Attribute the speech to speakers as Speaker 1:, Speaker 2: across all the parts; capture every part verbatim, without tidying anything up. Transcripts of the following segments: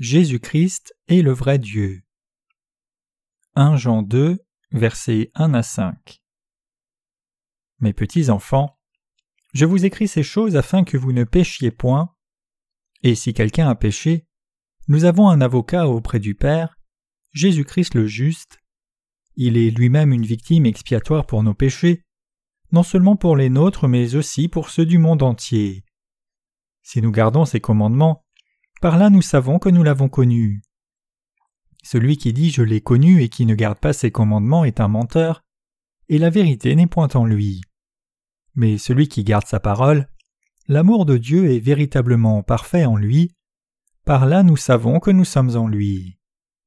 Speaker 1: Jésus-Christ est le vrai Dieu. premier Jean deux, versets un à cinq. Mes petits enfants, je vous écris ces choses afin que vous ne péchiez point. Et si quelqu'un a péché, nous avons un avocat auprès du Père, Jésus-Christ le juste. Il est lui-même une victime expiatoire pour nos péchés, non seulement pour les nôtres, mais aussi pour ceux du monde entier. Si nous gardons ses commandements, par là nous savons que nous l'avons connu. Celui qui dit « je l'ai connu » et qui ne garde pas ses commandements est un menteur, et la vérité n'est point en lui. Mais celui qui garde sa parole, l'amour de Dieu est véritablement parfait en lui, par là nous savons que nous sommes en lui.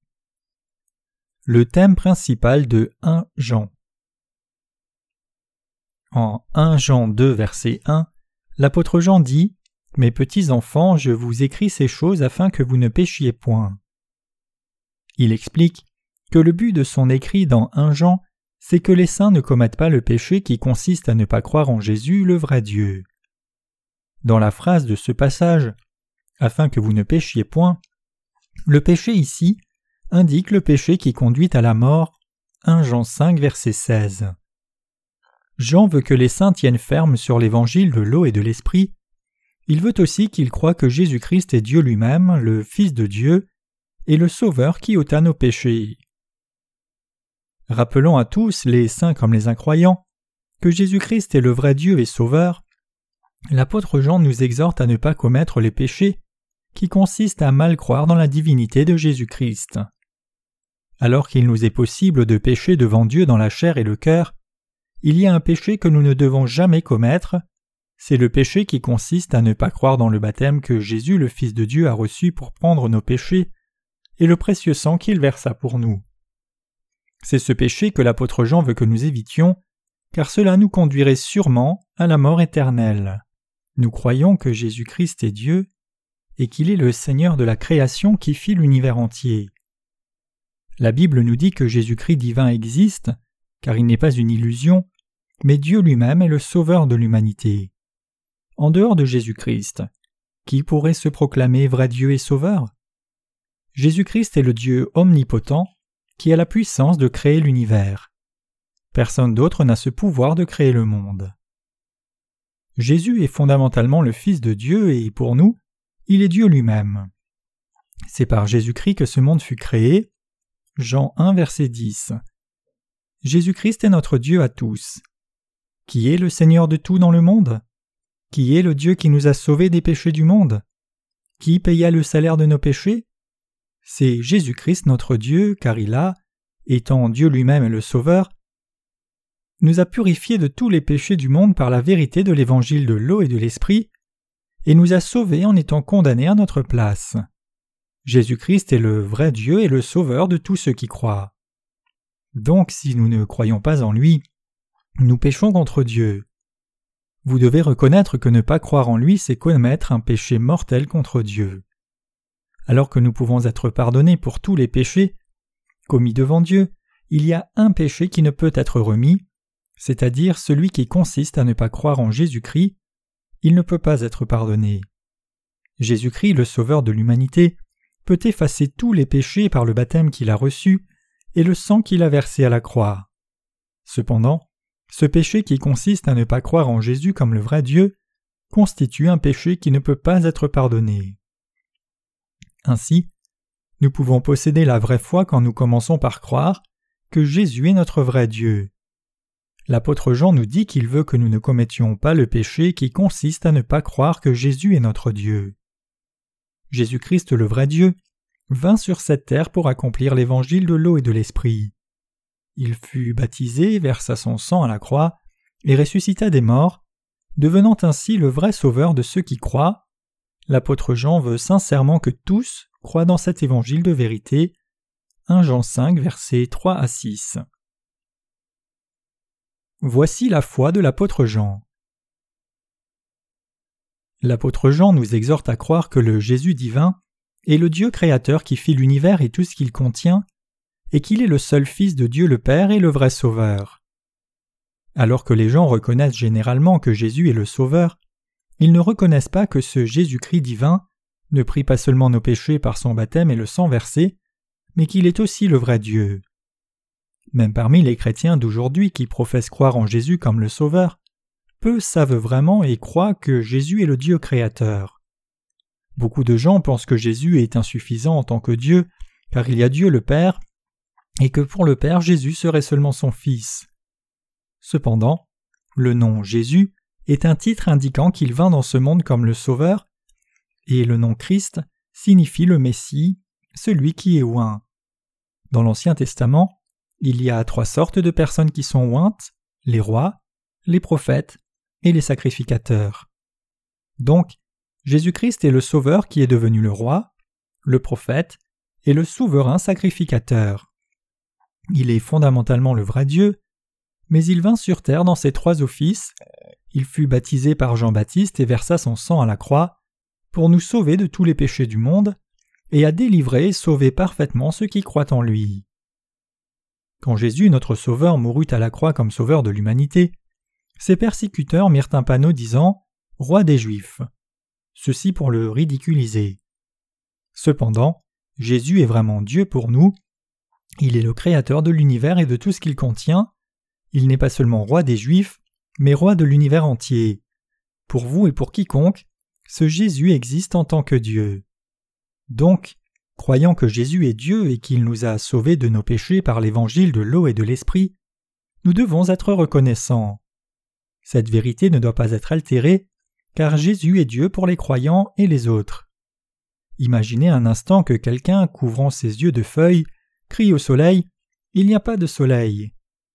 Speaker 1: Le thème principal de premier Jean. En premier Jean deux, verset un, l'apôtre Jean dit « Mes petits enfants, je vous écris ces choses afin que vous ne péchiez point. » Il explique que le but de son écrit dans premier Jean, c'est que les saints ne commettent pas le péché qui consiste à ne pas croire en Jésus, le vrai Dieu. Dans la phrase de ce passage « afin que vous ne péchiez point », le péché ici indique le péché qui conduit à la mort, premier Jean cinq, verset seize. Jean veut que les saints tiennent ferme sur l'évangile de l'eau et de l'esprit. Il veut aussi qu'ils croient que Jésus-Christ est Dieu lui-même, le Fils de Dieu, et le Sauveur qui ôta nos péchés. Rappelons à tous, les saints comme les incroyants, que Jésus-Christ est le vrai Dieu et Sauveur. L'apôtre Jean nous exhorte à ne pas commettre les péchés qui consistent à mal croire dans la divinité de Jésus-Christ. Alors qu'il nous est possible de pécher devant Dieu dans la chair et le cœur, il y a un péché que nous ne devons jamais commettre, c'est le péché qui consiste à ne pas croire dans le baptême que Jésus le Fils de Dieu a reçu pour prendre nos péchés et le précieux sang qu'il versa pour nous. C'est ce péché que l'apôtre Jean veut que nous évitions, car cela nous conduirait sûrement à la mort éternelle. Nous croyons que Jésus-Christ est Dieu et qu'il est le Seigneur de la création qui fit l'univers entier. La Bible nous dit que Jésus-Christ divin existe, car il n'est pas une illusion, mais Dieu lui-même est le Sauveur de l'humanité. En dehors de Jésus-Christ, qui pourrait se proclamer vrai Dieu et Sauveur ? Jésus-Christ est le Dieu omnipotent qui a la puissance de créer l'univers. Personne d'autre n'a ce pouvoir de créer le monde. Jésus est fondamentalement le Fils de Dieu et pour nous, il est Dieu lui-même. C'est par Jésus-Christ que ce monde fut créé. Jean un, verset dix. Jésus-Christ est notre Dieu à tous. Qui est le Seigneur de tout dans le monde ? Qui est le Dieu qui nous a sauvés des péchés du monde ? Qui paya le salaire de nos péchés ? C'est Jésus-Christ notre Dieu, car il a, étant Dieu lui-même et le Sauveur, nous a purifiés de tous les péchés du monde par la vérité de l'évangile de l'eau et de l'esprit, et nous a sauvés en étant condamnés à notre place. Jésus-Christ est le vrai Dieu et le Sauveur de tous ceux qui croient. Donc, si nous ne croyons pas en lui, nous péchons contre Dieu. Vous devez reconnaître que ne pas croire en lui, c'est commettre un péché mortel contre Dieu. Alors que nous pouvons être pardonnés pour tous les péchés commis devant Dieu, il y a un péché qui ne peut être remis, c'est-à-dire celui qui consiste à ne pas croire en Jésus-Christ. Il ne peut pas être pardonné. Jésus-Christ, le Sauveur de l'humanité, peut effacer tous les péchés par le baptême qu'il a reçu et le sang qu'il a versé à la croix. Cependant, ce péché qui consiste à ne pas croire en Jésus comme le vrai Dieu constitue un péché qui ne peut pas être pardonné. Ainsi, nous pouvons posséder la vraie foi quand nous commençons par croire que Jésus est notre vrai Dieu. L'apôtre Jean nous dit qu'il veut que nous ne commettions pas le péché qui consiste à ne pas croire que Jésus est notre Dieu. Jésus-Christ, le vrai Dieu, vint sur cette terre pour accomplir l'évangile de l'eau et de l'esprit. Il fut baptisé, versa son sang à la croix et ressuscita des morts, devenant ainsi le vrai Sauveur de ceux qui croient. L'apôtre Jean veut sincèrement que tous croient dans cet évangile de vérité. premier Jean cinq, versets trois à six. Voici la foi de l'apôtre Jean. L'apôtre Jean nous exhorte à croire que le Jésus divin est le Dieu créateur qui fit l'univers et tout ce qu'il contient, et qu'il est le seul Fils de Dieu le Père et le vrai Sauveur. Alors que les gens reconnaissent généralement que Jésus est le Sauveur, ils ne reconnaissent pas que ce Jésus-Christ divin ne prie pas seulement nos péchés par son baptême et le sang versé, mais qu'il est aussi le vrai Dieu. Même parmi les chrétiens d'aujourd'hui qui professent croire en Jésus comme le Sauveur, peu savent vraiment et croient que Jésus est le Dieu créateur. Beaucoup de gens pensent que Jésus est insuffisant en tant que Dieu, car il y a Dieu le Père, et que pour le Père Jésus serait seulement son Fils. Cependant, le nom Jésus est un titre indiquant qu'il vint dans ce monde comme le Sauveur, et le nom Christ signifie le Messie, celui qui est oint. Dans l'Ancien Testament, il y a trois sortes de personnes qui sont ointes, les rois, les prophètes et les sacrificateurs. Donc, Jésus-Christ est le Sauveur qui est devenu le roi, le prophète et le souverain sacrificateur. Il est fondamentalement le vrai Dieu, mais il vint sur terre dans ses trois offices. Il fut baptisé par Jean-Baptiste et versa son sang à la croix pour nous sauver de tous les péchés du monde et à délivrer et sauver parfaitement ceux qui croient en lui. Quand Jésus, notre Sauveur, mourut à la croix comme Sauveur de l'humanité, ses persécuteurs mirent un panneau disant « Roi des Juifs », ceci pour le ridiculiser. Cependant, Jésus est vraiment Dieu pour nous. Il est le Créateur de l'univers et de tout ce qu'il contient. Il n'est pas seulement roi des Juifs, mais roi de l'univers entier. Pour vous et pour quiconque, ce Jésus existe en tant que Dieu. Donc, croyant que Jésus est Dieu et qu'il nous a sauvés de nos péchés par l'évangile de l'eau et de l'esprit, nous devons être reconnaissants. Cette vérité ne doit pas être altérée, car Jésus est Dieu pour les croyants et les autres. Imaginez un instant que quelqu'un, couvrant ses yeux de feuilles, crie au soleil « Il n'y a pas de soleil ».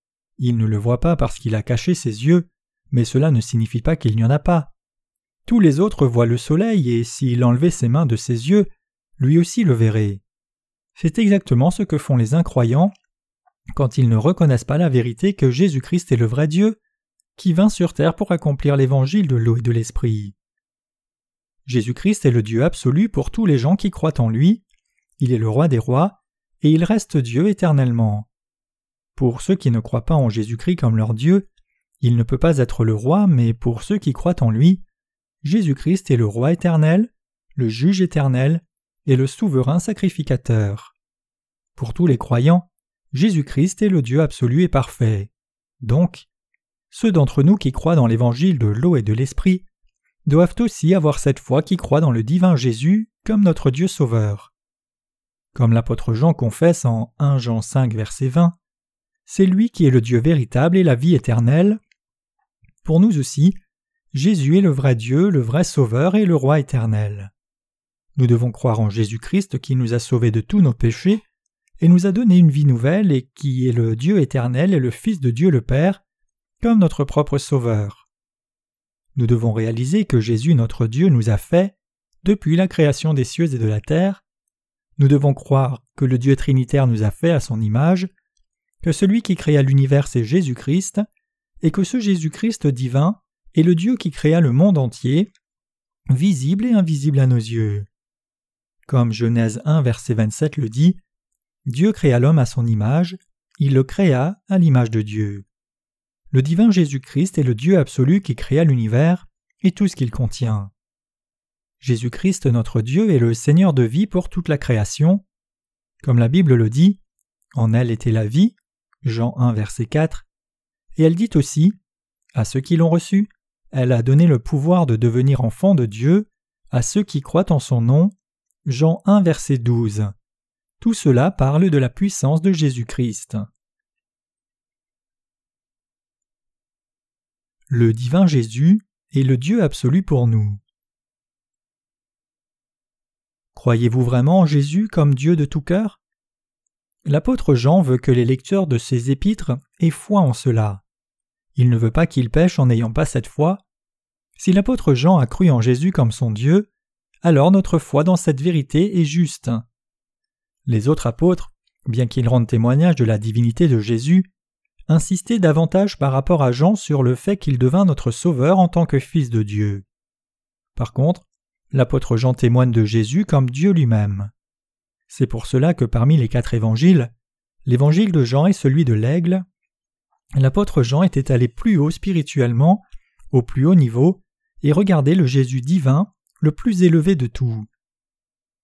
Speaker 1: Il ne le voit pas parce qu'il a caché ses yeux, mais cela ne signifie pas qu'il n'y en a pas. Tous les autres voient le soleil et s'il enlevait ses mains de ses yeux, lui aussi le verrait. C'est exactement ce que font les incroyants quand ils ne reconnaissent pas la vérité que Jésus-Christ est le vrai Dieu, qui vint sur terre pour accomplir l'évangile de l'eau et de l'esprit. Jésus-Christ est le Dieu absolu pour tous les gens qui croient en lui, il est le roi des rois, et il reste Dieu éternellement. Pour ceux qui ne croient pas en Jésus-Christ comme leur Dieu, il ne peut pas être le roi, mais pour ceux qui croient en lui, Jésus-Christ est le roi éternel, le juge éternel et le souverain sacrificateur. Pour tous les croyants, Jésus-Christ est le Dieu absolu et parfait. Donc, ceux d'entre nous qui croient dans l'évangile de l'eau et de l'esprit doivent aussi avoir cette foi qui croit dans le divin Jésus comme notre Dieu sauveur. Comme l'apôtre Jean confesse en premier Jean cinq verset vingt, c'est lui qui est le Dieu véritable et la vie éternelle. Pour nous aussi, Jésus est le vrai Dieu, le vrai Sauveur et le Roi éternel. Nous devons croire en Jésus-Christ qui nous a sauvés de tous nos péchés et nous a donné une vie nouvelle et qui est le Dieu éternel et le Fils de Dieu le Père, comme notre propre Sauveur. Nous devons réaliser que Jésus notre Dieu nous a fait, depuis la création des cieux et de la terre. Nous devons croire que le Dieu trinitaire nous a fait à son image, que celui qui créa l'univers c'est Jésus-Christ, et que ce Jésus-Christ divin est le Dieu qui créa le monde entier, visible et invisible à nos yeux. Comme Genèse un verset vingt-sept le dit, Dieu créa l'homme à son image, il le créa à l'image de Dieu. Le divin Jésus-Christ est le Dieu absolu qui créa l'univers et tout ce qu'il contient. Jésus-Christ notre Dieu est le Seigneur de vie pour toute la création. Comme la Bible le dit, en elle était la vie, Jean un verset quatre, et elle dit aussi, à ceux qui l'ont reçu, elle a donné le pouvoir de devenir enfants de Dieu, à ceux qui croient en son nom, Jean un verset douze. Tout cela parle de la puissance de Jésus-Christ. Le divin Jésus est le Dieu absolu pour nous. Croyez-vous vraiment en Jésus comme Dieu de tout cœur? L'apôtre Jean veut que les lecteurs de ses épîtres aient foi en cela. Il ne veut pas qu'ils pêchent en n'ayant pas cette foi. Si l'apôtre Jean a cru en Jésus comme son Dieu, alors notre foi dans cette vérité est juste. Les autres apôtres, bien qu'ils rendent témoignage de la divinité de Jésus, insistaient davantage par rapport à Jean sur le fait qu'il devint notre Sauveur en tant que Fils de Dieu. Par contre, l'apôtre Jean témoigne de Jésus comme Dieu lui-même. C'est pour cela que parmi les quatre évangiles, l'évangile de Jean est celui de l'aigle. L'apôtre Jean était allé plus haut spirituellement, au plus haut niveau, et regardait le Jésus divin, le plus élevé de tout.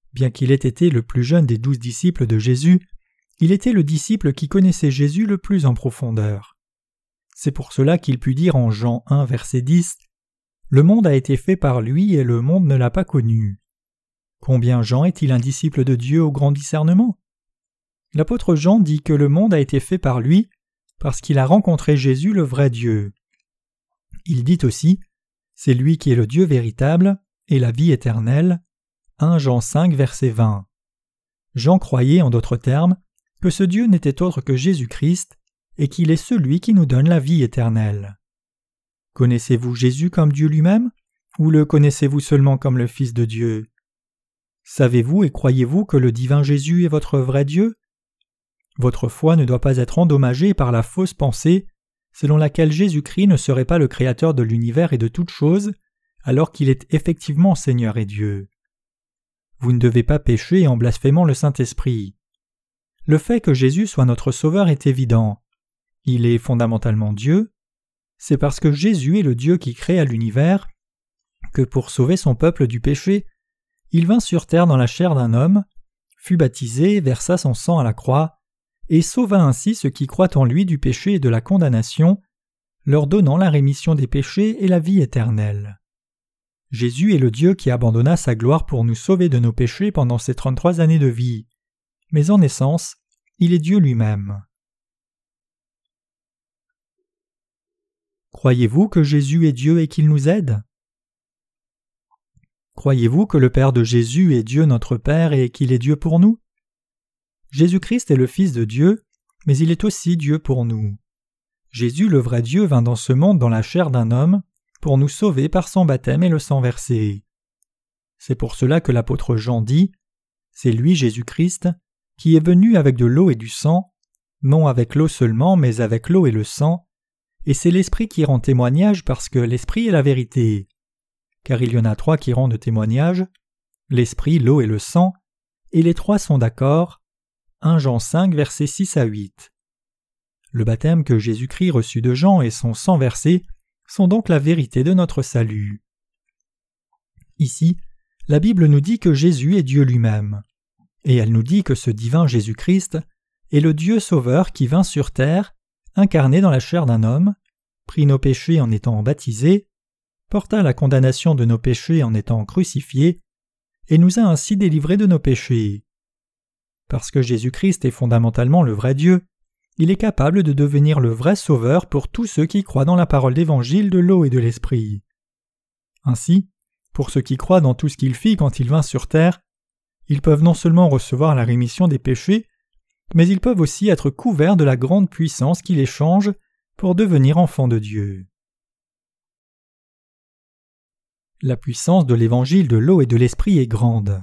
Speaker 1: Bien qu'il ait été le plus jeune des douze disciples de Jésus, il était le disciple qui connaissait Jésus le plus en profondeur. C'est pour cela qu'il put dire en Jean un, verset dix, « Le monde a été fait par lui et le monde ne l'a pas connu. » Combien Jean est-il un disciple de Dieu au grand discernement? L'apôtre Jean dit que le monde a été fait par lui parce qu'il a rencontré Jésus le vrai Dieu. Il dit aussi « C'est lui qui est le Dieu véritable et la vie éternelle. » un Jean cinq, verset vingt. Jean croyait, en d'autres termes, que ce Dieu n'était autre que Jésus-Christ et qu'il est celui qui nous donne la vie éternelle. Connaissez-vous Jésus comme Dieu lui-même, ou le connaissez-vous seulement comme le Fils de Dieu? Savez-vous et croyez-vous que le divin Jésus est votre vrai Dieu? Votre foi ne doit pas être endommagée par la fausse pensée selon laquelle Jésus-Christ ne serait pas le créateur de l'univers et de toutes choses, alors qu'il est effectivement Seigneur et Dieu. Vous ne devez pas pécher en blasphémant le Saint-Esprit. Le fait que Jésus soit notre Sauveur est évident. Il est fondamentalement Dieu. C'est parce que Jésus est le Dieu qui créa l'univers que pour sauver son peuple du péché, il vint sur terre dans la chair d'un homme, fut baptisé, versa son sang à la croix, et sauva ainsi ceux qui croient en lui du péché et de la condamnation, leur donnant la rémission des péchés et la vie éternelle. Jésus est le Dieu qui abandonna sa gloire pour nous sauver de nos péchés pendant ses trente-trois années de vie. Mais en essence, il est Dieu lui-même. Croyez-vous que Jésus est Dieu et qu'il nous aide? Croyez-vous que le Père de Jésus est Dieu notre Père et qu'il est Dieu pour nous? Jésus-Christ est le Fils de Dieu, mais il est aussi Dieu pour nous. Jésus, le vrai Dieu, vint dans ce monde dans la chair d'un homme, pour nous sauver par son baptême et le sang versé. C'est pour cela que l'apôtre Jean dit « C'est lui, Jésus-Christ, qui est venu avec de l'eau et du sang, non avec l'eau seulement, mais avec l'eau et le sang, et c'est l'Esprit qui rend témoignage parce que l'Esprit est la vérité. Car il y en a trois qui rendent témoignage, l'Esprit, l'eau et le sang, et les trois sont d'accord. » un Jean cinq, versets six à huit. Le baptême que Jésus-Christ reçut de Jean et son sang versé sont donc la vérité de notre salut. Ici, la Bible nous dit que Jésus est Dieu lui-même, et elle nous dit que ce divin Jésus-Christ est le Dieu sauveur qui vint sur terre, incarné dans la chair d'un homme, prit nos péchés en étant baptisé, porta la condamnation de nos péchés en étant crucifié, et nous a ainsi délivrés de nos péchés. Parce que Jésus-Christ est fondamentalement le vrai Dieu, il est capable de devenir le vrai sauveur pour tous ceux qui croient dans la parole d'évangile de l'eau et de l'esprit. Ainsi, pour ceux qui croient dans tout ce qu'il fit quand il vint sur terre, ils peuvent non seulement recevoir la rémission des péchés, mais ils peuvent aussi être couverts de la grande puissance qui les change pour devenir enfants de Dieu. La puissance de l'évangile de l'eau et de l'esprit est grande.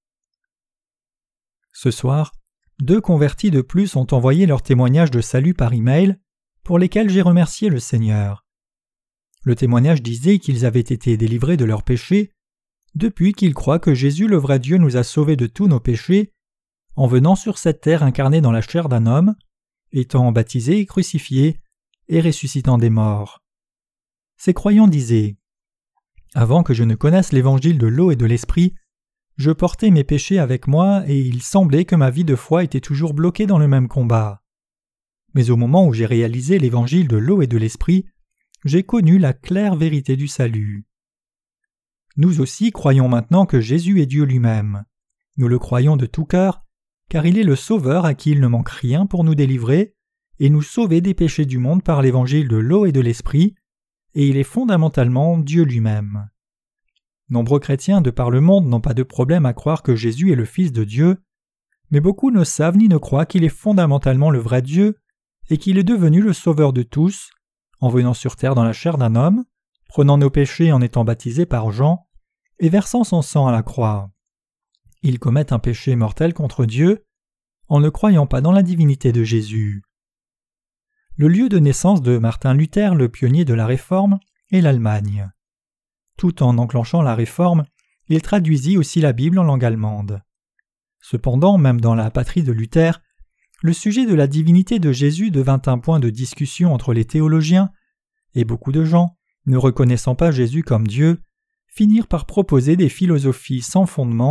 Speaker 1: Ce soir, deux convertis de plus ont envoyé leur témoignage de salut par email, pour lesquels j'ai remercié le Seigneur. Le témoignage disait qu'ils avaient été délivrés de leurs péchés, depuis qu'ils croient que Jésus le vrai Dieu nous a sauvés de tous nos péchés, en venant sur cette terre incarnée dans la chair d'un homme, étant baptisé et crucifié, et ressuscitant des morts. Ces croyants disaient « Avant que je ne connaisse l'évangile de l'eau et de l'esprit, je portais mes péchés avec moi et il semblait que ma vie de foi était toujours bloquée dans le même combat. Mais au moment où j'ai réalisé l'évangile de l'eau et de l'esprit, j'ai connu la claire vérité du salut. Nous aussi croyons maintenant que Jésus est Dieu lui-même. Nous le croyons de tout cœur, car il est le Sauveur à qui il ne manque rien pour nous délivrer et nous sauver des péchés du monde par l'évangile de l'eau et de l'esprit, et il est fondamentalement Dieu lui-même. Nombreux chrétiens de par le monde n'ont pas de problème à croire que Jésus est le Fils de Dieu, mais beaucoup ne savent ni ne croient qu'il est fondamentalement le vrai Dieu et qu'il est devenu le Sauveur de tous, en venant sur terre dans la chair d'un homme, prenant nos péchés en étant baptisé par Jean et versant son sang à la croix. Ils commettent un péché mortel contre Dieu en ne croyant pas dans la divinité de Jésus. Le lieu de naissance de Martin Luther, le pionnier de la Réforme, est l'Allemagne. Tout en enclenchant la Réforme, il traduisit aussi la Bible en langue allemande. Cependant, même dans la patrie de Luther, le sujet de la divinité de Jésus devint un point de discussion entre les théologiens, et beaucoup de gens, ne reconnaissant pas Jésus comme Dieu, finirent par proposer des philosophies sans fondement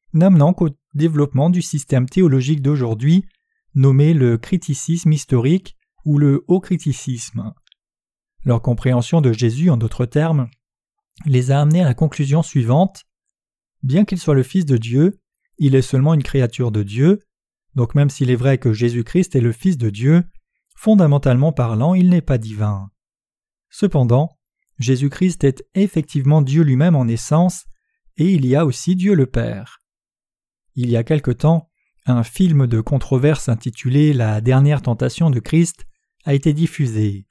Speaker 1: n'amenant qu'au développement du système théologique d'aujourd'hui, nommé le criticisme historique ou le haut criticisme. Leur compréhension de Jésus, en d'autres termes, les a amenés à la conclusion suivante. Bien qu'il soit le Fils de Dieu, il est seulement une créature de Dieu, donc même s'il est vrai que Jésus-Christ est le Fils de Dieu, fondamentalement parlant, il n'est pas divin. Cependant, Jésus-Christ est effectivement Dieu lui-même en essence, et il y a aussi Dieu le Père. Il y a quelque temps, un film de controverse intitulé « La dernière tentation de Christ » a été diffusé.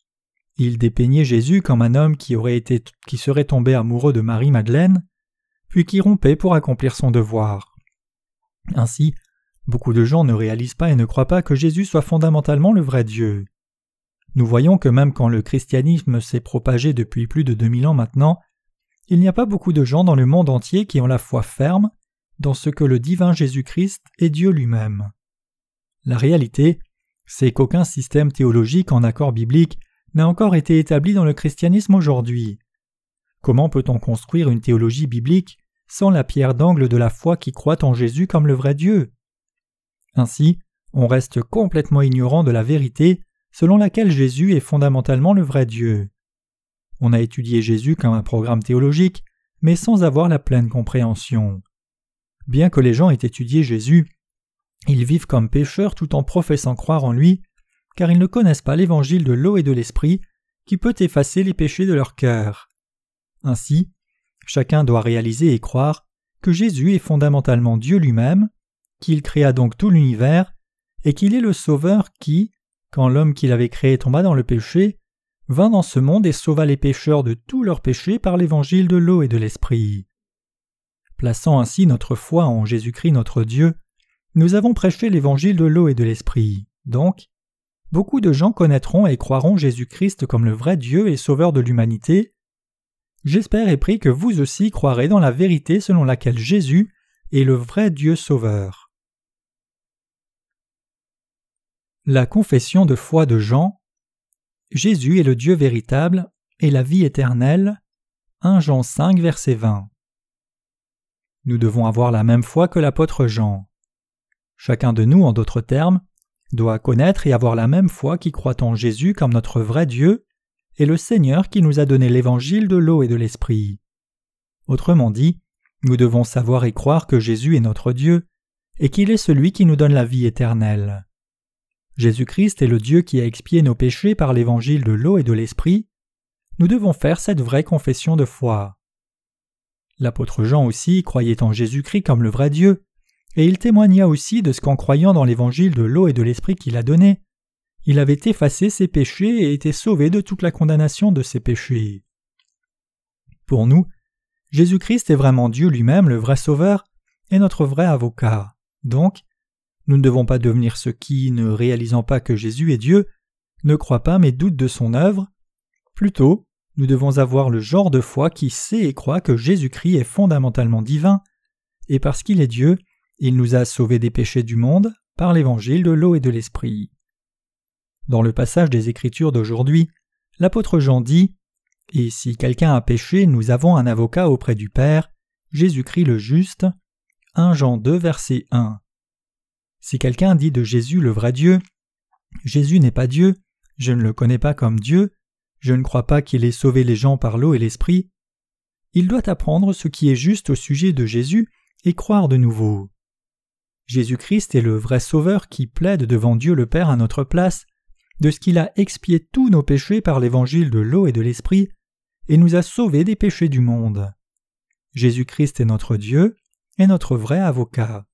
Speaker 1: Il dépeignait Jésus comme un homme qui, aurait été, qui serait tombé amoureux de Marie-Madeleine, puis qui rompait pour accomplir son devoir. Ainsi, beaucoup de gens ne réalisent pas et ne croient pas que Jésus soit fondamentalement le vrai Dieu. Nous voyons que même quand le christianisme s'est propagé depuis plus de deux mille ans maintenant, il n'y a pas beaucoup de gens dans le monde entier qui ont la foi ferme dans ce que le divin Jésus-Christ est Dieu lui-même. La réalité, c'est qu'aucun système théologique en accord biblique n'a encore été établi dans le christianisme aujourd'hui. Comment peut-on construire une théologie biblique sans la pierre d'angle de la foi qui croit en Jésus comme le vrai Dieu? Ainsi, on reste complètement ignorant de la vérité selon laquelle Jésus est fondamentalement le vrai Dieu. On a étudié Jésus comme un programme théologique, mais sans avoir la pleine compréhension. Bien que les gens aient étudié Jésus, ils vivent comme pécheurs tout en professant croire en lui, car ils ne connaissent pas l'évangile de l'eau et de l'esprit qui peut effacer les péchés de leur cœur. Ainsi, chacun doit réaliser et croire que Jésus est fondamentalement Dieu lui-même, qu'il créa donc tout l'univers, et qu'il est le Sauveur qui, quand l'homme qu'il avait créé tomba dans le péché, vint dans ce monde et sauva les pécheurs de tous leurs péchés par l'évangile de l'eau et de l'esprit. Plaçant ainsi notre foi en Jésus-Christ notre Dieu, nous avons prêché l'évangile de l'eau et de l'esprit. Donc, beaucoup de gens connaîtront et croiront Jésus-Christ comme le vrai Dieu et Sauveur de l'humanité. J'espère et prie que vous aussi croirez dans la vérité selon laquelle Jésus est le vrai Dieu Sauveur. La confession de foi de Jean. Jésus est le Dieu véritable et la vie éternelle. premier Jean cinq, verset vingt. Nous devons avoir la même foi que l'apôtre Jean. Chacun de nous, en d'autres termes, doit connaître et avoir la même foi qui croit en Jésus comme notre vrai Dieu et le Seigneur qui nous a donné l'évangile de l'eau et de l'esprit. Autrement dit, nous devons savoir et croire que Jésus est notre Dieu et qu'il est celui qui nous donne la vie éternelle. Jésus-Christ est le Dieu qui a expié nos péchés par l'évangile de l'eau et de l'esprit. Nous devons faire cette vraie confession de foi. L'apôtre Jean aussi croyait en Jésus-Christ comme le vrai Dieu, et il témoigna aussi de ce qu'en croyant dans l'évangile de l'eau et de l'esprit qu'il a donné, il avait effacé ses péchés et été sauvé de toute la condamnation de ses péchés. Pour nous, Jésus-Christ est vraiment Dieu lui-même, le vrai Sauveur, et notre vrai avocat. Donc, nous ne devons pas devenir ceux qui, ne réalisant pas que Jésus est Dieu, ne croient pas mais doutent de son œuvre. Plutôt, nous devons avoir le genre de foi qui sait et croit que Jésus-Christ est fondamentalement divin, et parce qu'il est Dieu, il nous a sauvés des péchés du monde par l'évangile de l'eau et de l'esprit. Dans le passage des Écritures d'aujourd'hui, l'apôtre Jean dit « Et si quelqu'un a péché, nous avons un avocat auprès du Père, Jésus-Christ le juste. » premier Jean deux, verset un. Si quelqu'un dit de Jésus le vrai Dieu, « Jésus n'est pas Dieu, je ne le connais pas comme Dieu, je ne crois pas qu'il ait sauvé les gens par l'eau et l'esprit », il doit apprendre ce qui est juste au sujet de Jésus et croire de nouveau. Jésus-Christ est le vrai Sauveur qui plaide devant Dieu le Père à notre place, de ce qu'il a expié tous nos péchés par l'évangile de l'eau et de l'esprit, et nous a sauvés des péchés du monde. Jésus-Christ est notre Dieu et notre vrai avocat.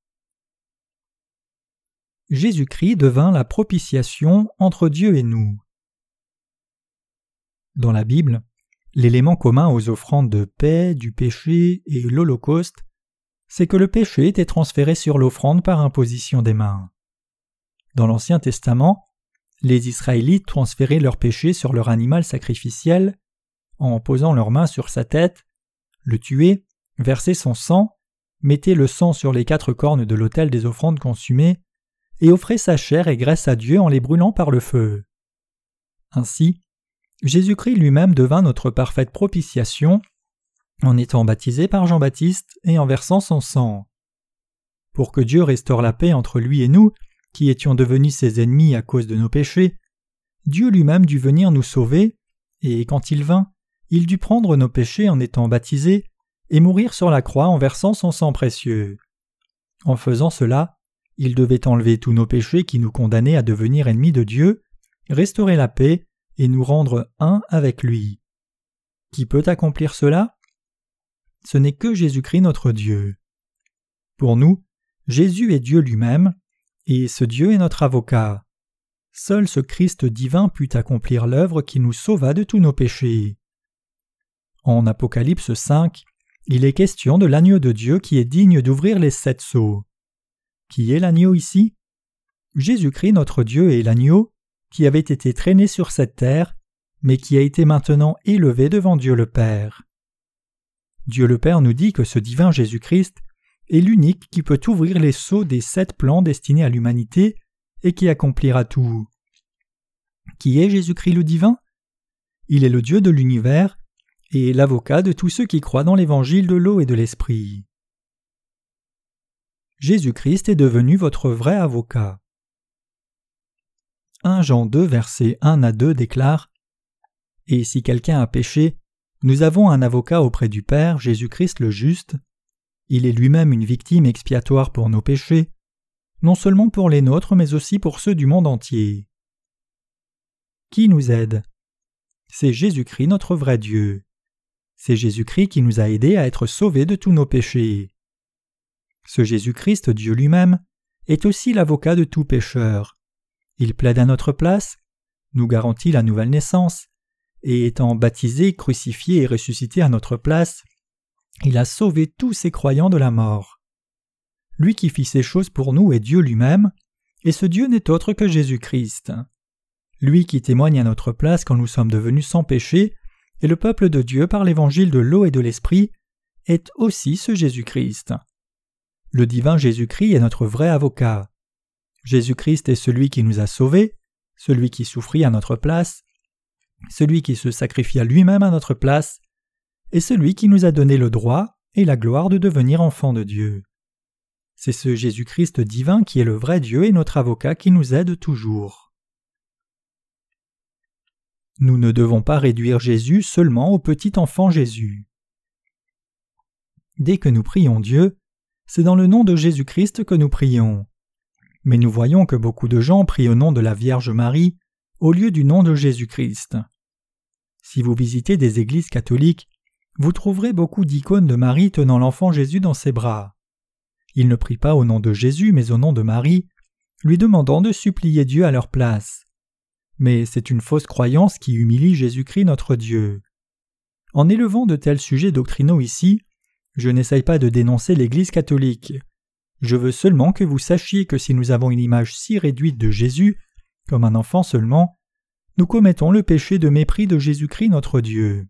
Speaker 1: Jésus-Christ devint la propitiation entre Dieu et nous. Dans la Bible, l'élément commun aux offrandes de paix, du péché et l'Holocauste, c'est que le péché était transféré sur l'offrande par imposition des mains. Dans l'Ancien Testament, les Israélites transféraient leur péché sur leur animal sacrificiel en posant leurs mains sur sa tête, le tuaient, versaient son sang, mettaient le sang sur les quatre cornes de l'autel des offrandes consumées et offraient sa chair et graisse à Dieu en les brûlant par le feu. Ainsi, Jésus-Christ lui-même devint notre parfaite propitiation, en étant baptisé par Jean-Baptiste et en versant son sang. Pour que Dieu restaure la paix entre lui et nous, qui étions devenus ses ennemis à cause de nos péchés, Dieu lui-même dut venir nous sauver, et quand il vint, il dut prendre nos péchés en étant baptisé et mourir sur la croix en versant son sang précieux. En faisant cela, il devait enlever tous nos péchés qui nous condamnaient à devenir ennemis de Dieu, restaurer la paix et nous rendre un avec lui. Qui peut accomplir cela? Ce n'est que Jésus-Christ notre Dieu. Pour nous, Jésus est Dieu lui-même, et ce Dieu est notre avocat. Seul ce Christ divin put accomplir l'œuvre qui nous sauva de tous nos péchés. En Apocalypse cinq, il est question de l'agneau de Dieu qui est digne d'ouvrir les sept sceaux. Qui est l'agneau ici? Jésus-Christ notre Dieu est l'agneau qui avait été traîné sur cette terre, mais qui a été maintenant élevé devant Dieu le Père. Dieu le Père nous dit que ce divin Jésus-Christ est l'unique qui peut ouvrir les sceaux des sept plans destinés à l'humanité et qui accomplira tout. Qui est Jésus-Christ le divin? Il est le Dieu de l'univers et l'avocat de tous ceux qui croient dans l'évangile de l'eau et de l'esprit. Jésus-Christ est devenu votre vrai avocat. premier Jean deux, versets un à deux déclare « Et si quelqu'un a péché, nous avons un avocat auprès du Père, Jésus-Christ le juste. Il est lui-même une victime expiatoire pour nos péchés, non seulement pour les nôtres, mais aussi pour ceux du monde entier. » Qui nous aide? C'est Jésus-Christ notre vrai Dieu. C'est Jésus-Christ qui nous a aidés à être sauvés de tous nos péchés. Ce Jésus-Christ, Dieu lui-même, est aussi l'avocat de tout pécheur. Il plaide à notre place, nous garantit la nouvelle naissance, et étant baptisé, crucifié et ressuscité à notre place, il a sauvé tous ses croyants de la mort. Lui qui fit ces choses pour nous est Dieu lui-même, et ce Dieu n'est autre que Jésus-Christ. Lui qui témoigne à notre place quand nous sommes devenus sans péché, et le peuple de Dieu par l'évangile de l'eau et de l'esprit, est aussi ce Jésus-Christ. Le divin Jésus-Christ est notre vrai avocat. Jésus-Christ est celui qui nous a sauvés, celui qui souffrit à notre place, celui qui se sacrifia lui-même à notre place, et celui qui nous a donné le droit et la gloire de devenir enfants de Dieu. C'est ce Jésus-Christ divin qui est le vrai Dieu et notre avocat qui nous aide toujours. Nous ne devons pas réduire Jésus seulement au petit enfant Jésus. Dès que nous prions Dieu, c'est dans le nom de Jésus-Christ que nous prions. Mais nous voyons que beaucoup de gens prient au nom de la Vierge Marie au lieu du nom de Jésus-Christ. Si vous visitez des églises catholiques, vous trouverez beaucoup d'icônes de Marie tenant l'enfant Jésus dans ses bras. Ils ne prient pas au nom de Jésus mais au nom de Marie, lui demandant de supplier Dieu à leur place. Mais c'est une fausse croyance qui humilie Jésus-Christ notre Dieu. En élevant de tels sujets doctrinaux ici, je n'essaye pas de dénoncer l'Église catholique. Je veux seulement que vous sachiez que si nous avons une image si réduite de Jésus, comme un enfant seulement, nous commettons le péché de mépris de Jésus-Christ notre Dieu.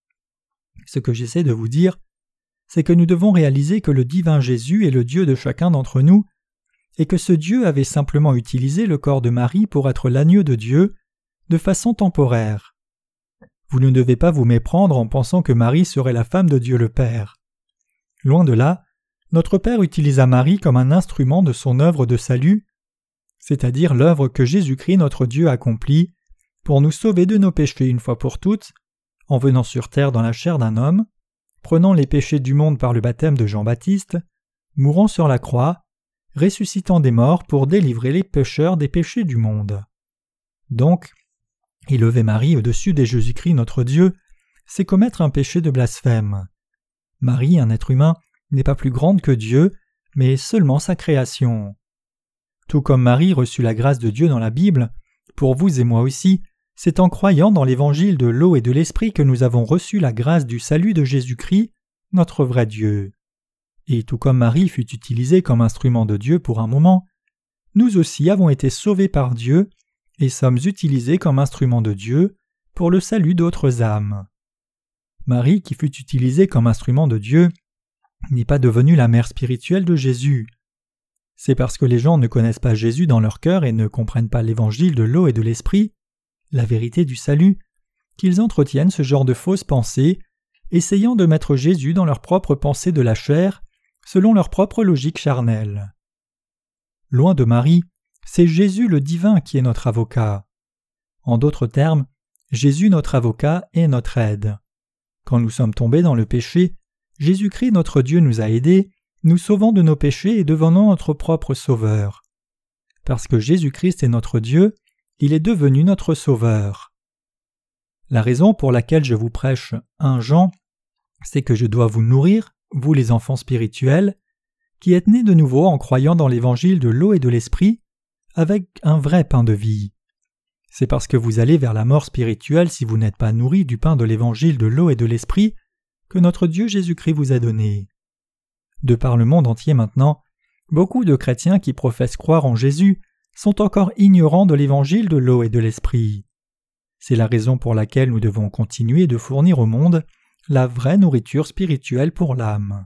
Speaker 1: Ce que j'essaie de vous dire, c'est que nous devons réaliser que le divin Jésus est le Dieu de chacun d'entre nous, et que ce Dieu avait simplement utilisé le corps de Marie pour être l'agneau de Dieu, de façon temporaire. Vous ne devez pas vous méprendre en pensant que Marie serait la femme de Dieu le Père. Loin de là, notre Père utilisa Marie comme un instrument de son œuvre de salut, c'est-à-dire l'œuvre que Jésus-Christ notre Dieu accomplit pour nous sauver de nos péchés une fois pour toutes, en venant sur terre dans la chair d'un homme, prenant les péchés du monde par le baptême de Jean-Baptiste, mourant sur la croix, ressuscitant des morts pour délivrer les pécheurs des péchés du monde. Donc, élever Marie au-dessus de Jésus-Christ notre Dieu, c'est commettre un péché de blasphème. Marie, un être humain, n'est pas plus grande que Dieu, mais seulement sa création. Tout comme Marie reçut la grâce de Dieu dans la Bible, pour vous et moi aussi, c'est en croyant dans l'évangile de l'eau et de l'esprit que nous avons reçu la grâce du salut de Jésus-Christ, notre vrai Dieu. Et tout comme Marie fut utilisée comme instrument de Dieu pour un moment, nous aussi avons été sauvés par Dieu et sommes utilisés comme instruments de Dieu pour le salut d'autres âmes. Marie, qui fut utilisée comme instrument de Dieu, n'est pas devenue la mère spirituelle de Jésus. C'est parce que les gens ne connaissent pas Jésus dans leur cœur et ne comprennent pas l'évangile de l'eau et de l'esprit, la vérité du salut, qu'ils entretiennent ce genre de fausses pensées, essayant de mettre Jésus dans leurs propres pensées de la chair, selon leur propre logique charnelle. Loin de Marie, c'est Jésus le divin qui est notre avocat. En d'autres termes, Jésus notre avocat est notre aide. Quand nous sommes tombés dans le péché, Jésus-Christ notre Dieu nous a aidés, nous sauvant de nos péchés et devenant notre propre sauveur. Parce que Jésus-Christ est notre Dieu, il est devenu notre sauveur. La raison pour laquelle je vous prêche un Jean, c'est que je dois vous nourrir, vous les enfants spirituels, qui êtes nés de nouveau en croyant dans l'évangile de l'eau et de l'esprit, avec un vrai pain de vie. C'est parce que vous allez vers la mort spirituelle si vous n'êtes pas nourris du pain de l'évangile de l'eau et de l'esprit que notre Dieu Jésus-Christ vous a donné. De par le monde entier maintenant, beaucoup de chrétiens qui professent croire en Jésus sont encore ignorants de l'évangile de l'eau et de l'esprit. C'est la raison pour laquelle nous devons continuer de fournir au monde la vraie nourriture spirituelle pour l'âme.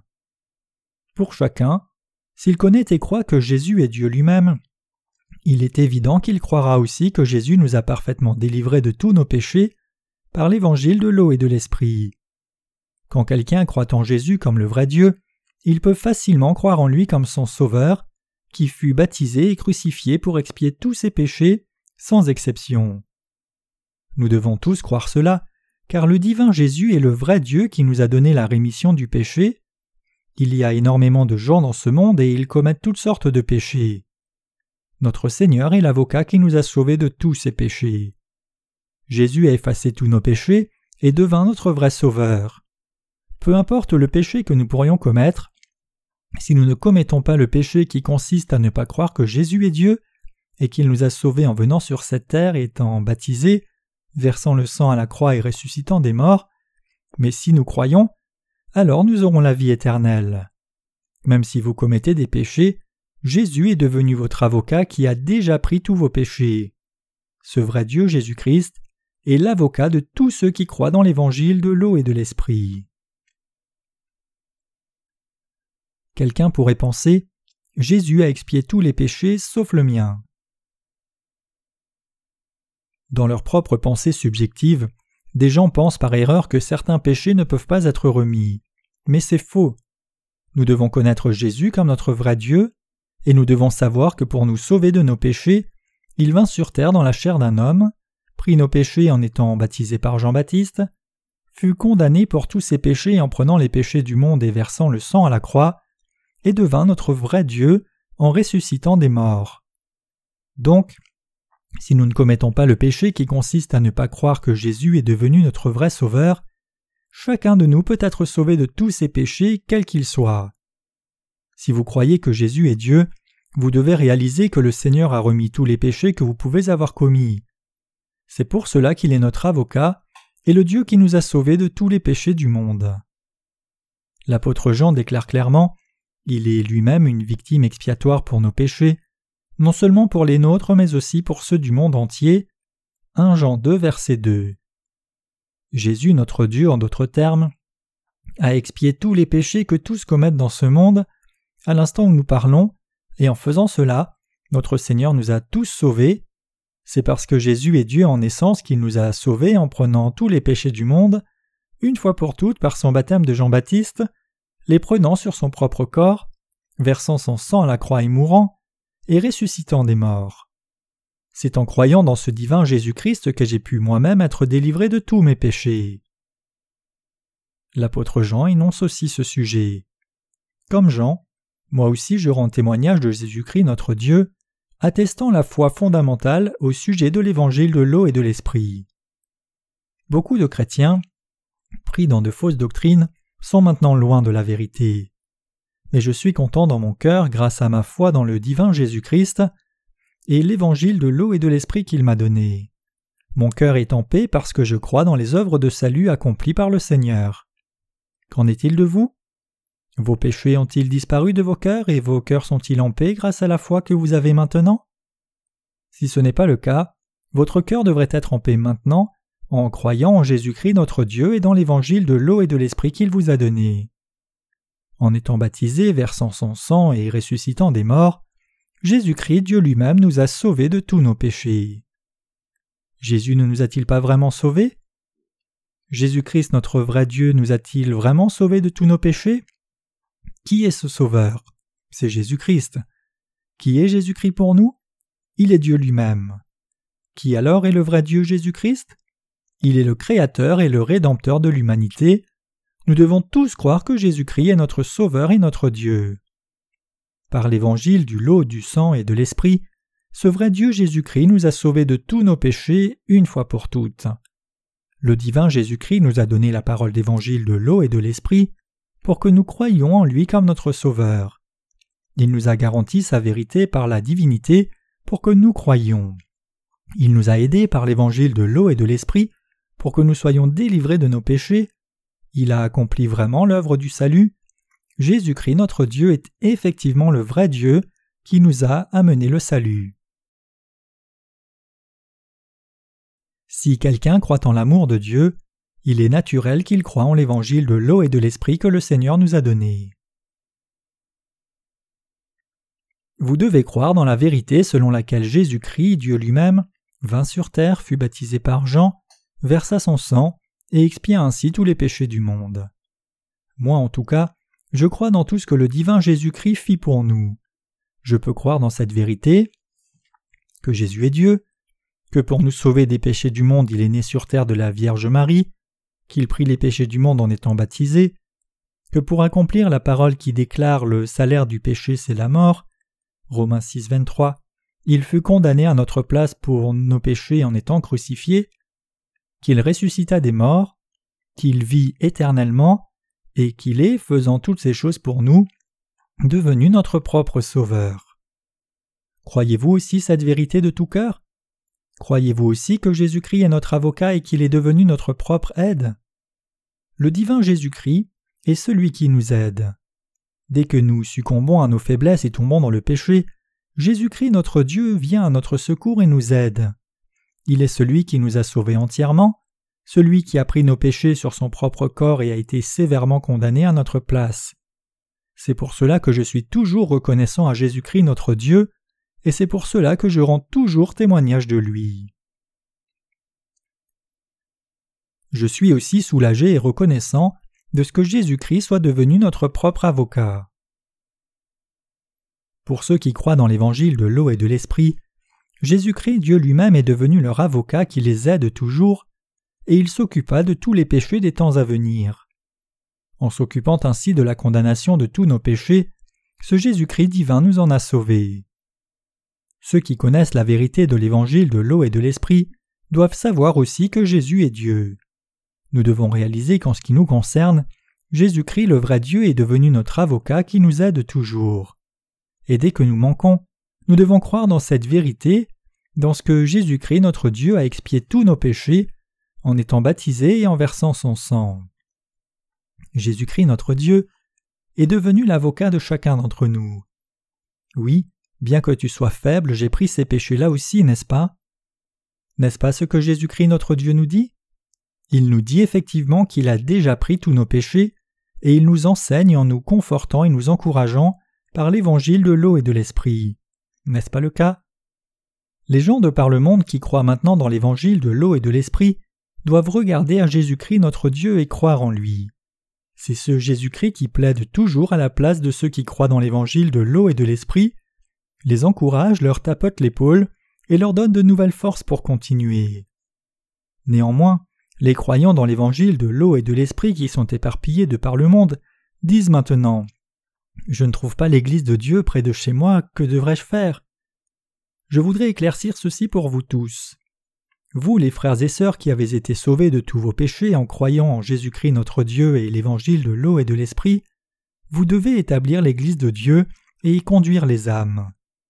Speaker 1: Pour chacun, s'il connaît et croit que Jésus est Dieu lui-même, il est évident qu'il croira aussi que Jésus nous a parfaitement délivrés de tous nos péchés par l'évangile de l'eau et de l'esprit. Quand quelqu'un croit en Jésus comme le vrai Dieu, il peut facilement croire en lui comme son Sauveur, qui fut baptisé et crucifié pour expier tous ses péchés, sans exception. Nous devons tous croire cela, car le divin Jésus est le vrai Dieu qui nous a donné la rémission du péché. Il y a énormément de gens dans ce monde et ils commettent toutes sortes de péchés. Notre Seigneur est l'avocat qui nous a sauvés de tous ces péchés. Jésus a effacé tous nos péchés et devint notre vrai Sauveur. Peu importe le péché que nous pourrions commettre, si nous ne commettons pas le péché qui consiste à ne pas croire que Jésus est Dieu et qu'il nous a sauvés en venant sur cette terre et étant baptisés, versant le sang à la croix et ressuscitant des morts, mais si nous croyons, alors nous aurons la vie éternelle. Même si vous commettez des péchés, Jésus est devenu votre avocat qui a déjà pris tous vos péchés. Ce vrai Dieu Jésus-Christ est l'avocat de tous ceux qui croient dans l'évangile de l'eau et de l'esprit. Quelqu'un pourrait penser « Jésus a expié tous les péchés sauf le mien ». Dans leur propre pensée subjective, des gens pensent par erreur que certains péchés ne peuvent pas être remis. Mais c'est faux. Nous devons connaître Jésus comme notre vrai Dieu, et nous devons savoir que pour nous sauver de nos péchés, il vint sur terre dans la chair d'un homme, prit nos péchés en étant baptisé par Jean-Baptiste, fut condamné pour tous ses péchés en prenant les péchés du monde et versant le sang à la croix, et devint notre vrai Dieu en ressuscitant des morts. Donc, si nous ne commettons pas le péché qui consiste à ne pas croire que Jésus est devenu notre vrai Sauveur, chacun de nous peut être sauvé de tous ses péchés, quels qu'ils soient. Si vous croyez que Jésus est Dieu, vous devez réaliser que le Seigneur a remis tous les péchés que vous pouvez avoir commis. C'est pour cela qu'il est notre avocat et le Dieu qui nous a sauvés de tous les péchés du monde. L'apôtre Jean déclare clairement « Il est lui-même une victime expiatoire pour nos péchés, non seulement pour les nôtres mais aussi pour ceux du monde entier. » premier Jean deux, verset deux. Jésus, notre Dieu, en d'autres termes, a expié tous les péchés que tous commettent dans ce monde, à l'instant où nous parlons, et en faisant cela, notre Seigneur nous a tous sauvés. C'est parce que Jésus est Dieu en essence qu'il nous a sauvés en prenant tous les péchés du monde, une fois pour toutes par son baptême de Jean-Baptiste, les prenant sur son propre corps, versant son sang à la croix et mourant, et ressuscitant des morts. C'est en croyant dans ce divin Jésus-Christ que j'ai pu moi-même être délivré de tous mes péchés. L'apôtre Jean énonce aussi ce sujet. Comme Jean, moi aussi je rends témoignage de Jésus-Christ notre Dieu, attestant la foi fondamentale au sujet de l'évangile de l'eau et de l'esprit. Beaucoup de chrétiens, pris dans de fausses doctrines, sont maintenant loin de la vérité. Mais je suis content dans mon cœur grâce à ma foi dans le divin Jésus-Christ et l'évangile de l'eau et de l'esprit qu'il m'a donné. Mon cœur est en paix parce que je crois dans les œuvres de salut accomplies par le Seigneur. Qu'en est-il de vous? Vos péchés ont-ils disparu de vos cœurs et vos cœurs sont-ils en paix grâce à la foi que vous avez maintenant? Si ce n'est pas le cas, votre cœur devrait être en paix maintenant en croyant en Jésus-Christ notre Dieu et dans l'évangile de l'eau et de l'esprit qu'il vous a donné. En étant baptisé, versant son sang et ressuscitant des morts, Jésus-Christ, Dieu lui-même, nous a sauvés de tous nos péchés. Jésus ne nous a-t-il pas vraiment sauvés? Jésus-Christ, notre vrai Dieu, nous a-t-il vraiment sauvés de tous nos péchés? Qui est ce Sauveur? C'est Jésus-Christ. Qui est Jésus-Christ pour nous? Il est Dieu lui-même. Qui alors est le vrai Dieu Jésus-Christ? Il est le Créateur et le Rédempteur de l'humanité. Nous devons tous croire que Jésus-Christ est notre Sauveur et notre Dieu. Par l'évangile du lot, du sang et de l'Esprit, ce vrai Dieu Jésus-Christ nous a sauvés de tous nos péchés une fois pour toutes. Le divin Jésus-Christ nous a donné la parole d'évangile de l'eau et de l'Esprit pour que nous croyions en lui comme notre Sauveur. Il nous a garanti sa vérité par la divinité pour que nous croyions. Il nous a aidés par l'évangile de l'eau et de l'Esprit pour que nous soyons délivrés de nos péchés. Il a accompli vraiment l'œuvre du salut. Jésus-Christ, notre Dieu, est effectivement le vrai Dieu qui nous a amené le salut. Si quelqu'un croit en l'amour de Dieu, il est naturel qu'il croie en l'évangile de l'eau et de l'Esprit que le Seigneur nous a donné. Vous devez croire dans la vérité selon laquelle Jésus-Christ, Dieu lui-même, vint sur terre, fut baptisé par Jean, versa son sang et expia ainsi tous les péchés du monde. Moi, en tout cas, je crois dans tout ce que le divin Jésus-Christ fit pour nous. Je peux croire dans cette vérité, que Jésus est Dieu, que pour nous sauver des péchés du monde, il est né sur terre de la Vierge Marie, qu'il prit les péchés du monde en étant baptisé, que pour accomplir la parole qui déclare le salaire du péché c'est la mort, Romains six, vingt-trois, il fut condamné à notre place pour nos péchés en étant crucifié, qu'il ressuscita des morts, qu'il vit éternellement, et qu'il est, faisant toutes ces choses pour nous, devenu notre propre Sauveur. Croyez-vous aussi cette vérité de tout cœur? Croyez-vous aussi que Jésus-Christ est notre avocat et qu'il est devenu notre propre aide? Le divin Jésus-Christ est celui qui nous aide. Dès que nous succombons à nos faiblesses et tombons dans le péché, Jésus-Christ notre Dieu vient à notre secours et nous aide. Il est celui qui nous a sauvés entièrement, celui qui a pris nos péchés sur son propre corps et a été sévèrement condamné à notre place. C'est pour cela que je suis toujours reconnaissant à Jésus-Christ notre Dieu, et c'est pour cela que je rends toujours témoignage de lui. Je suis aussi soulagé et reconnaissant de ce que Jésus-Christ soit devenu notre propre avocat. Pour ceux qui croient dans l'évangile de l'eau et de l'Esprit, Jésus-Christ, Dieu lui-même, est devenu leur avocat qui les aide toujours, et il s'occupa de tous les péchés des temps à venir. En s'occupant ainsi de la condamnation de tous nos péchés, ce Jésus-Christ divin nous en a sauvés. Ceux qui connaissent la vérité de l'évangile de l'eau et de l'Esprit doivent savoir aussi que Jésus est Dieu. Nous devons réaliser qu'en ce qui nous concerne, Jésus-Christ le vrai Dieu est devenu notre avocat qui nous aide toujours. Et dès que nous manquons, nous devons croire dans cette vérité, dans ce que Jésus-Christ notre Dieu a expié tous nos péchés, en étant baptisé et en versant son sang. Jésus-Christ notre Dieu est devenu l'avocat de chacun d'entre nous. Oui, bien que tu sois faible, j'ai pris ces péchés-là aussi, n'est-ce pas? N'est-ce pas ce que Jésus-Christ notre Dieu nous dit? Il nous dit effectivement qu'il a déjà pris tous nos péchés, et il nous enseigne en nous confortant et nous encourageant par l'évangile de l'eau et de l'Esprit. N'est-ce pas le cas? Les gens de par le monde qui croient maintenant dans l'évangile de l'eau et de l'Esprit doivent regarder à Jésus-Christ notre Dieu et croire en lui. C'est ce Jésus-Christ qui plaide toujours à la place de ceux qui croient dans l'évangile de l'eau et de l'Esprit, les encourage, leur tapote l'épaule et leur donne de nouvelles forces pour continuer. Néanmoins, les croyants dans l'évangile de l'eau et de l'Esprit qui sont éparpillés de par le monde disent maintenant « Je ne trouve pas l'église de Dieu près de chez moi, que devrais-je faire ?» Je voudrais éclaircir ceci pour vous tous. Vous, les frères et sœurs qui avez été sauvés de tous vos péchés en croyant en Jésus-Christ notre Dieu et l'évangile de l'eau et de l'Esprit, vous devez établir l'église de Dieu et y conduire les âmes.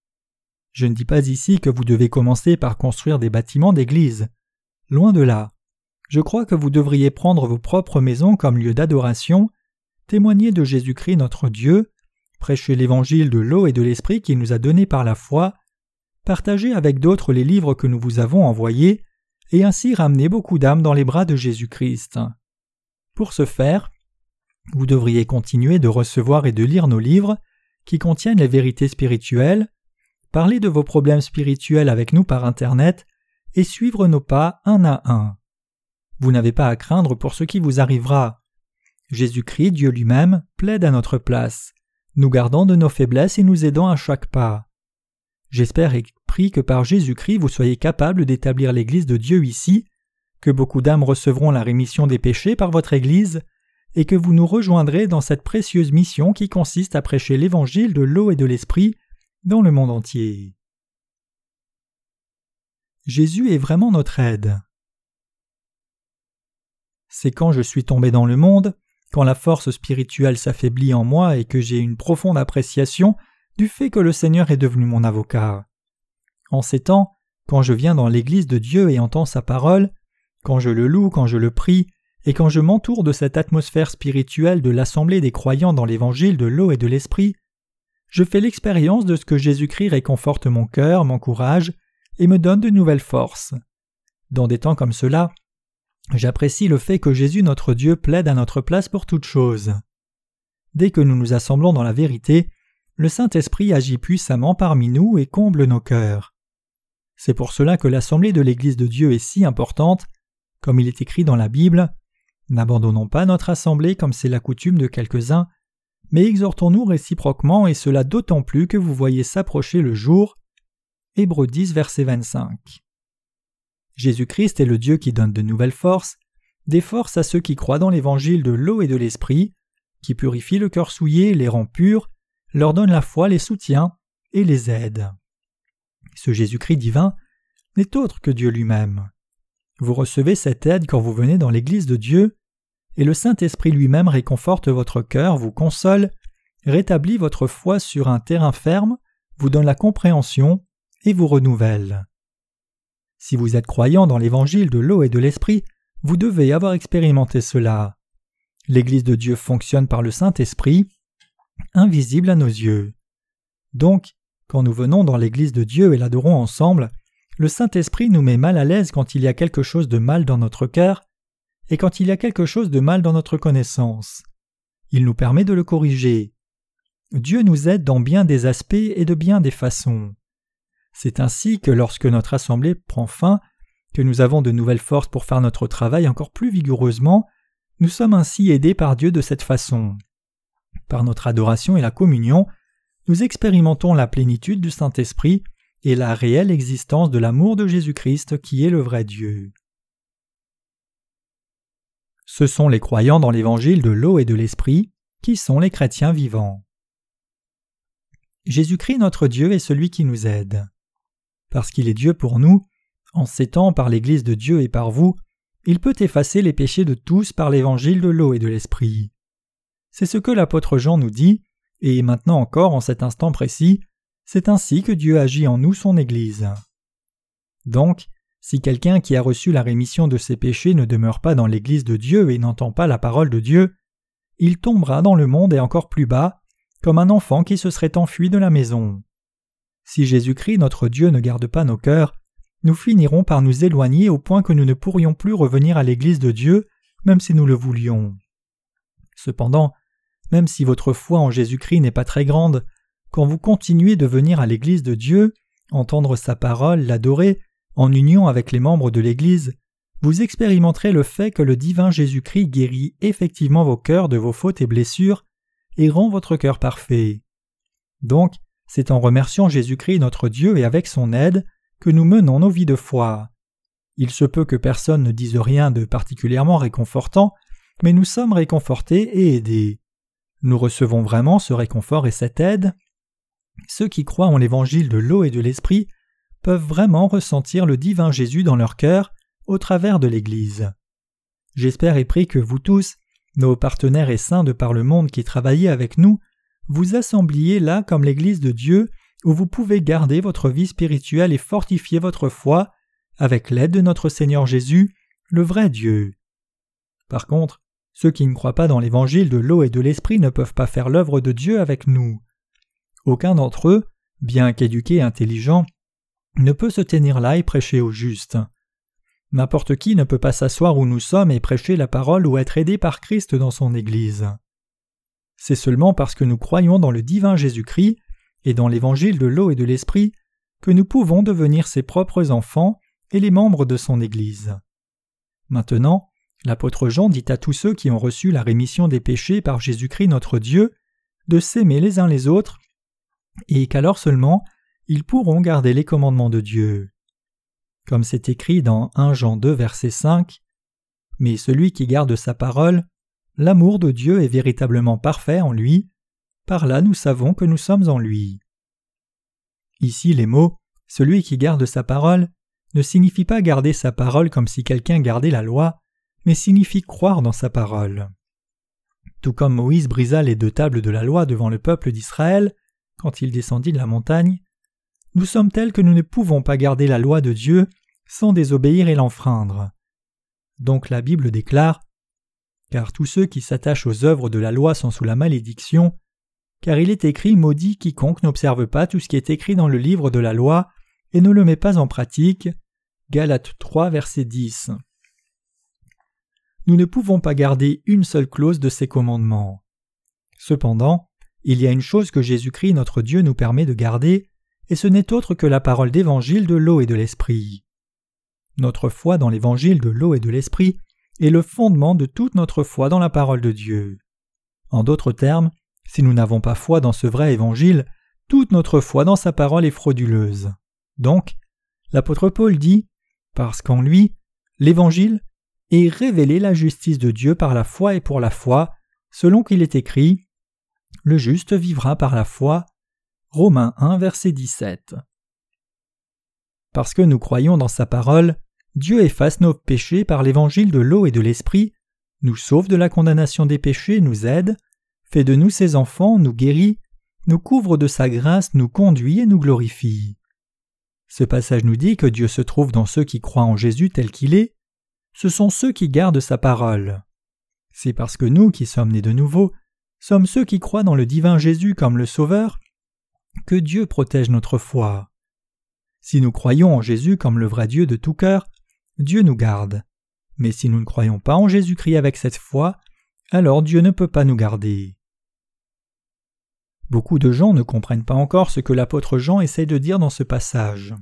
Speaker 1: Je ne dis pas ici que vous devez commencer par construire des bâtiments d'église. Loin de là. Je crois que vous devriez prendre vos propres maisons comme lieu d'adoration, témoigner de Jésus-Christ notre Dieu, prêcher l'évangile de l'eau et de l'Esprit qu'il nous a donné par la foi, partager avec d'autres les livres que nous vous avons envoyés, et ainsi ramener beaucoup d'âmes dans les bras de Jésus-Christ. Pour ce faire, vous devriez continuer de recevoir et de lire nos livres qui contiennent les vérités spirituelles, parler de vos problèmes spirituels avec nous par Internet et suivre nos pas un à un. Vous n'avez pas à craindre pour ce qui vous arrivera. Jésus-Christ, Dieu lui-même, plaide à notre place, nous gardant de nos faiblesses et nous aidant à chaque pas. J'espère et prie que par Jésus-Christ vous soyez capables d'établir l'Église de Dieu ici, que beaucoup d'âmes recevront la rémission des péchés par votre Église, et que vous nous rejoindrez dans cette précieuse mission qui consiste à prêcher l'Évangile de l'eau et de l'Esprit dans le monde entier. Jésus est vraiment notre aide. C'est quand je suis tombé dans le monde, quand la force spirituelle s'affaiblit en moi et que j'ai une profonde appréciation du fait que le Seigneur est devenu mon avocat. En ces temps, quand je viens dans l'Église de Dieu et entends sa parole, quand je le loue, quand je le prie, et quand je m'entoure de cette atmosphère spirituelle de l'assemblée des croyants dans l'Évangile de l'eau et de l'Esprit, je fais l'expérience de ce que Jésus-Christ réconforte mon cœur, m'encourage et me donne de nouvelles forces. Dans des temps comme cela, j'apprécie le fait que Jésus notre Dieu plaide à notre place pour toutes choses. Dès que nous nous assemblons dans la vérité, le Saint-Esprit agit puissamment parmi nous et comble nos cœurs. C'est pour cela que l'assemblée de l'Église de Dieu est si importante, comme il est écrit dans la Bible. N'abandonnons pas notre assemblée comme c'est la coutume de quelques-uns, mais exhortons-nous réciproquement et cela d'autant plus que vous voyez s'approcher le jour. Hébreux dix, verset vingt-cinq. Jésus-Christ est le Dieu qui donne de nouvelles forces, des forces à ceux qui croient dans l'évangile de l'eau et de l'esprit, qui purifie le cœur souillé, les rend purs, leur donne la foi, les soutient et les aide. Ce Jésus-Christ divin n'est autre que Dieu lui-même. Vous recevez cette aide quand vous venez dans l'Église de Dieu, et le Saint-Esprit lui-même réconforte votre cœur, vous console, rétablit votre foi sur un terrain ferme, vous donne la compréhension et vous renouvelle. Si vous êtes croyant dans l'Évangile de l'eau et de l'Esprit, vous devez avoir expérimenté cela. L'Église de Dieu fonctionne par le Saint-Esprit, invisible à nos yeux. Donc, quand nous venons dans l'Église de Dieu et l'adorons ensemble, le Saint-Esprit nous met mal à l'aise quand il y a quelque chose de mal dans notre cœur et quand il y a quelque chose de mal dans notre connaissance. Il nous permet de le corriger. Dieu nous aide dans bien des aspects et de bien des façons. C'est ainsi que lorsque notre assemblée prend fin, que nous avons de nouvelles forces pour faire notre travail encore plus vigoureusement, nous sommes ainsi aidés par Dieu de cette façon. Par notre adoration et la communion, nous expérimentons la plénitude du Saint-Esprit et la réelle existence de l'amour de Jésus-Christ qui est le vrai Dieu. Ce sont les croyants dans l'Évangile de l'eau et de l'Esprit qui sont les chrétiens vivants. Jésus-Christ notre Dieu est celui qui nous aide. Parce qu'il est Dieu pour nous, en ces temps par l'Église de Dieu et par vous, il peut effacer les péchés de tous par l'Évangile de l'eau et de l'Esprit. C'est ce que l'apôtre Jean nous dit, et maintenant encore en cet instant précis, c'est ainsi que Dieu agit en nous son Église. Donc, si quelqu'un qui a reçu la rémission de ses péchés ne demeure pas dans l'Église de Dieu et n'entend pas la parole de Dieu, il tombera dans le monde et encore plus bas, comme un enfant qui se serait enfui de la maison. Si Jésus-Christ notre Dieu ne garde pas nos cœurs, nous finirons par nous éloigner au point que nous ne pourrions plus revenir à l'Église de Dieu, même si nous le voulions. Cependant, même si votre foi en Jésus-Christ n'est pas très grande, quand vous continuez de venir à l'Église de Dieu, entendre sa parole, l'adorer, en union avec les membres de l'Église, vous expérimenterez le fait que le divin Jésus-Christ guérit effectivement vos cœurs de vos fautes et blessures et rend votre cœur parfait. Donc, c'est en remerciant Jésus-Christ notre Dieu et avec son aide que nous menons nos vies de foi. Il se peut que personne ne dise rien de particulièrement réconfortant, mais nous sommes réconfortés et aidés. Nous recevons vraiment ce réconfort et cette aide. Ceux qui croient en l'Évangile de l'eau et de l'Esprit peuvent vraiment ressentir le divin Jésus dans leur cœur au travers de l'Église. J'espère et prie que vous tous, nos partenaires et saints de par le monde qui travaillez avec nous, vous assembliez là comme l'Église de Dieu où vous pouvez garder votre vie spirituelle et fortifier votre foi avec l'aide de notre Seigneur Jésus, le vrai Dieu. Par contre, ceux qui ne croient pas dans l'Évangile de l'eau et de l'Esprit ne peuvent pas faire l'œuvre de Dieu avec nous. Aucun d'entre eux, bien qu'éduqué et intelligent, ne peut se tenir là et prêcher au juste. N'importe qui ne peut pas s'asseoir où nous sommes et prêcher la parole ou être aidé par Christ dans son Église. C'est seulement parce que nous croyons dans le divin Jésus-Christ et dans l'Évangile de l'eau et de l'Esprit que nous pouvons devenir ses propres enfants et les membres de son Église. Maintenant, l'apôtre Jean dit à tous ceux qui ont reçu la rémission des péchés par Jésus-Christ notre Dieu de s'aimer les uns les autres, et qu'alors seulement ils pourront garder les commandements de Dieu. Comme c'est écrit dans premier Jean deux verset cinq, « Mais celui qui garde sa parole, l'amour de Dieu est véritablement parfait en lui, par là nous savons que nous sommes en lui. » Ici les mots « celui qui garde sa parole » ne signifient pas garder sa parole comme si quelqu'un gardait la loi, mais signifie croire dans sa parole. Tout comme Moïse brisa les deux tables de la loi devant le peuple d'Israël, quand il descendit de la montagne, nous sommes tels que nous ne pouvons pas garder la loi de Dieu sans désobéir et l'enfreindre. Donc la Bible déclare « Car tous ceux qui s'attachent aux œuvres de la loi sont sous la malédiction, car il est écrit « Maudit quiconque n'observe pas tout ce qui est écrit dans le livre de la loi et ne le met pas en pratique. » Galates trois verset dix. Nous ne pouvons pas garder une seule clause de ces commandements. Cependant, il y a une chose que Jésus-Christ notre Dieu nous permet de garder, et ce n'est autre que la parole d'évangile de l'eau et de l'esprit. Notre foi dans l'évangile de l'eau et de l'esprit est le fondement de toute notre foi dans la parole de Dieu. En d'autres termes, si nous n'avons pas foi dans ce vrai évangile, toute notre foi dans sa parole est frauduleuse. Donc, l'apôtre Paul dit « Parce qu'en lui, l'évangile, est révélée la justice de Dieu par la foi et pour la foi, selon qu'il est écrit « Le juste vivra par la foi » Romains un verset dix-sept. Parce que nous croyons dans sa parole, Dieu efface nos péchés par l'évangile de l'eau et de l'esprit, nous sauve de la condamnation des péchés, nous aide, fait de nous ses enfants, nous guérit, nous couvre de sa grâce, nous conduit et nous glorifie. Ce passage nous dit que Dieu se trouve dans ceux qui croient en Jésus tel qu'il est, ce sont ceux qui gardent sa parole. C'est parce que nous, qui sommes nés de nouveau, sommes ceux qui croient dans le divin Jésus comme le Sauveur, que Dieu protège notre foi. Si nous croyons en Jésus comme le vrai Dieu de tout cœur, Dieu nous garde. Mais si nous ne croyons pas en Jésus-Christ avec cette foi, alors Dieu ne peut pas nous garder. Beaucoup de gens ne comprennent pas encore ce que l'apôtre Jean essaie de dire dans ce passage.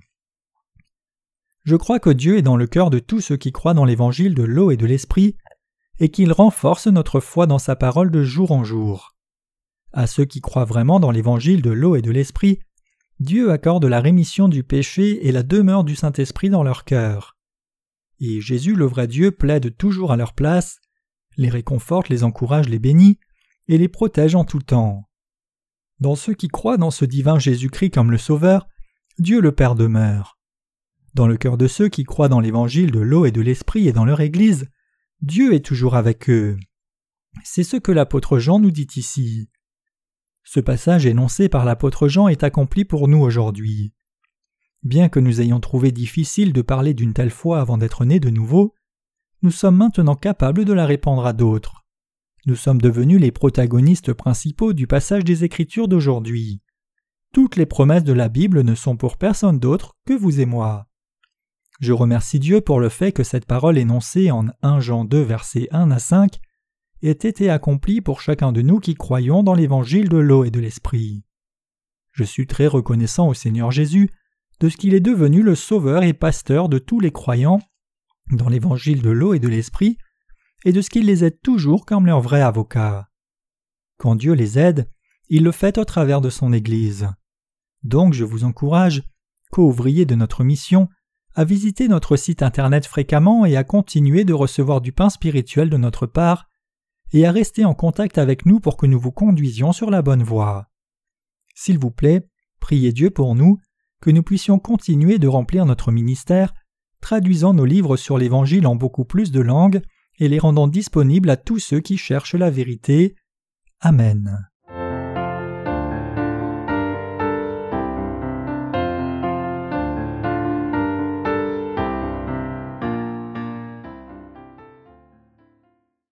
Speaker 1: Je crois que Dieu est dans le cœur de tous ceux qui croient dans l'évangile de l'eau et de l'esprit, et qu'il renforce notre foi dans sa parole de jour en jour. À ceux qui croient vraiment dans l'évangile de l'eau et de l'esprit, Dieu accorde la rémission du péché et la demeure du Saint-Esprit dans leur cœur. Et Jésus, le vrai Dieu, plaide toujours à leur place, les réconforte, les encourage, les bénit, et les protège en tout temps. Dans ceux qui croient dans ce divin Jésus-Christ comme le Sauveur, Dieu le Père demeure. Dans le cœur de ceux qui croient dans l'évangile de l'eau et de l'esprit et dans leur Église, Dieu est toujours avec eux. C'est ce que l'apôtre Jean nous dit ici. Ce passage énoncé par l'apôtre Jean est accompli pour nous aujourd'hui. Bien que nous ayons trouvé difficile de parler d'une telle foi avant d'être nés de nouveau, nous sommes maintenant capables de la répandre à d'autres. Nous sommes devenus les protagonistes principaux du passage des Écritures d'aujourd'hui. Toutes les promesses de la Bible ne sont pour personne d'autre que vous et moi. Je remercie Dieu pour le fait que cette parole énoncée en premier Jean deux versets un à cinq ait été accomplie pour chacun de nous qui croyons dans l'évangile de l'eau et de l'esprit. Je suis très reconnaissant au Seigneur Jésus de ce qu'il est devenu le sauveur et pasteur de tous les croyants dans l'évangile de l'eau et de l'esprit, et de ce qu'il les aide toujours comme leur vrai avocat. Quand Dieu les aide, il le fait au travers de son Église. Donc je vous encourage, co-ouvriers de notre mission, à visiter notre site internet fréquemment et à continuer de recevoir du pain spirituel de notre part, et à rester en contact avec nous pour que nous vous conduisions sur la bonne voie. S'il vous plaît, priez Dieu pour nous, que nous puissions continuer de remplir notre ministère, traduisant nos livres sur l'Évangile en beaucoup plus de langues et les rendant disponibles à tous ceux qui cherchent la vérité. Amen.